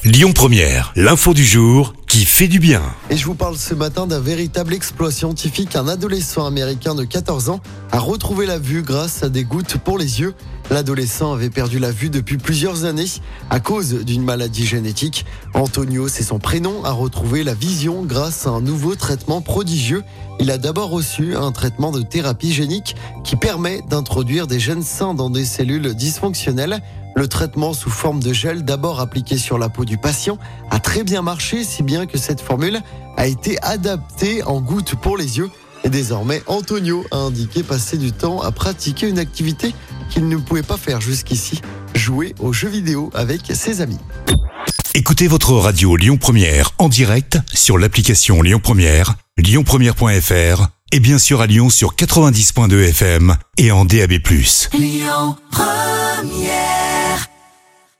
Lyon Première, l'info du jour qui fait du bien. Et je vous parle ce matin d'un véritable exploit scientifique. Un adolescent américain de 14 ans a retrouvé la vue grâce à des gouttes pour les yeux. L'adolescent avait perdu la vue depuis plusieurs années à cause d'une maladie génétique. Antonio, c'est son prénom, a retrouvé la vision grâce à un nouveau traitement prodigieux. Il a d'abord reçu un traitement de thérapie génique qui permet d'introduire des gènes sains dans des cellules dysfonctionnelles. Le traitement sous forme de gel, d'abord appliqué sur la peau du patient, a très bien marché, si bien que cette formule a été adaptée en gouttes pour les yeux. Et désormais, Antonio a indiqué passer du temps à pratiquer une activité qu'il ne pouvait pas faire jusqu'ici, jouer aux jeux vidéo avec ses amis. Écoutez votre radio Lyon Première en direct sur l'application Lyon Première, lyonpremière.fr et bien sûr à Lyon sur 90.2 FM et en DAB+. Lyon Première.